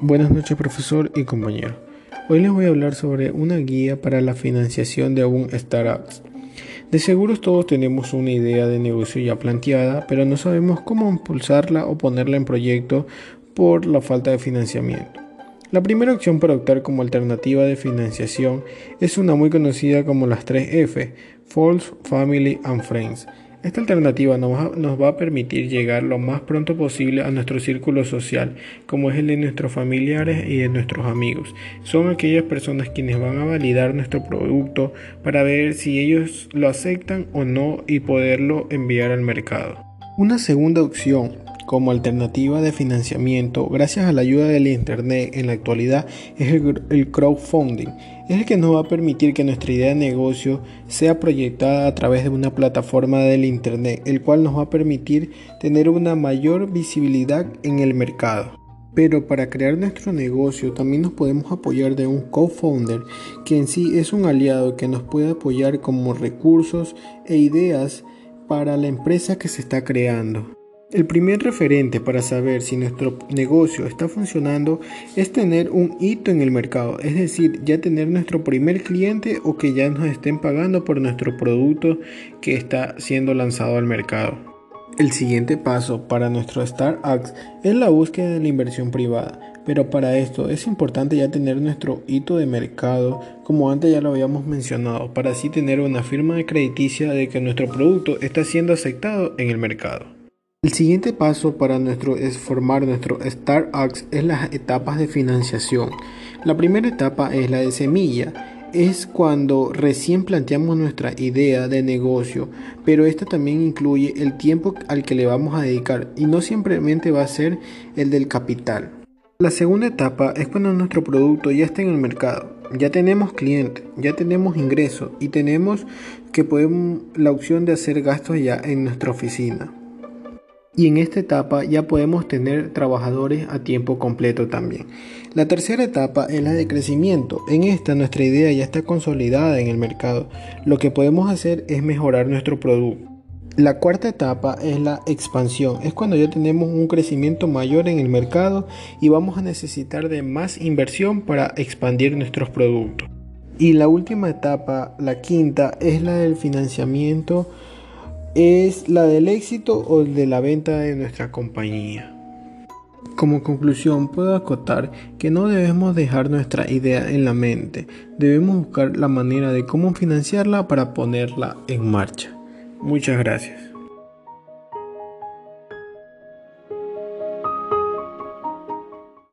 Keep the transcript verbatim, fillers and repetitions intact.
Buenas noches, profesor y compañero. Hoy les voy a hablar sobre una guía para la financiación de un startup. De seguros todos tenemos una idea de negocio ya planteada, pero no sabemos cómo impulsarla o ponerla en proyecto por la falta de financiamiento. La primera opción para optar como alternativa de financiación es una muy conocida como las tres F, Friends, Family and Friends. Esta alternativa nos va, nos va a permitir llegar lo más pronto posible a nuestro círculo social, como es el de nuestros familiares y de nuestros amigos. Son aquellas personas quienes van a validar nuestro producto para ver si ellos lo aceptan o no y poderlo enviar al mercado. Una segunda opción como alternativa de financiamiento, gracias a la ayuda del Internet en la actualidad, es el, el crowdfunding. Es el que nos va a permitir que nuestra idea de negocio sea proyectada a través de una plataforma del Internet, el cual nos va a permitir tener una mayor visibilidad en el mercado. Pero para crear nuestro negocio también nos podemos apoyar de un co-founder, que en sí es un aliado que nos puede apoyar como recursos e ideas para la empresa que se está creando. El primer referente para saber si nuestro negocio está funcionando es tener un hito en el mercado, es decir, ya tener nuestro primer cliente o que ya nos estén pagando por nuestro producto que está siendo lanzado al mercado. El siguiente paso para nuestro startup es la búsqueda de la inversión privada, pero para esto es importante ya tener nuestro hito de mercado, como antes ya lo habíamos mencionado, para así tener una firma de crediticia de que nuestro producto está siendo aceptado en el mercado. El siguiente paso para nuestro es formar nuestro startup es las etapas de financiación. La primera etapa es la de semilla. Es cuando recién planteamos nuestra idea de negocio, pero esta también incluye el tiempo al que le vamos a dedicar y no simplemente va a ser el del capital. La segunda etapa es cuando nuestro producto ya está en el mercado, ya tenemos clientes, ya tenemos ingresos y tenemos que podemos la opción de hacer gastos ya en nuestra oficina. Y en esta etapa ya podemos tener trabajadores a tiempo completo también. La tercera etapa es la de crecimiento. En esta nuestra idea ya está consolidada en el mercado. Lo que podemos hacer es mejorar nuestro producto. La cuarta etapa es la expansión. Es cuando ya tenemos un crecimiento mayor en el mercado y vamos a necesitar de más inversión para expandir nuestros productos. Y la última etapa, la quinta, es la del financiamiento. Es la del éxito o de la venta de nuestra compañía. Como conclusión, puedo acotar que no debemos dejar nuestra idea en la mente. Debemos buscar la manera de cómo financiarla para ponerla en marcha. Muchas gracias.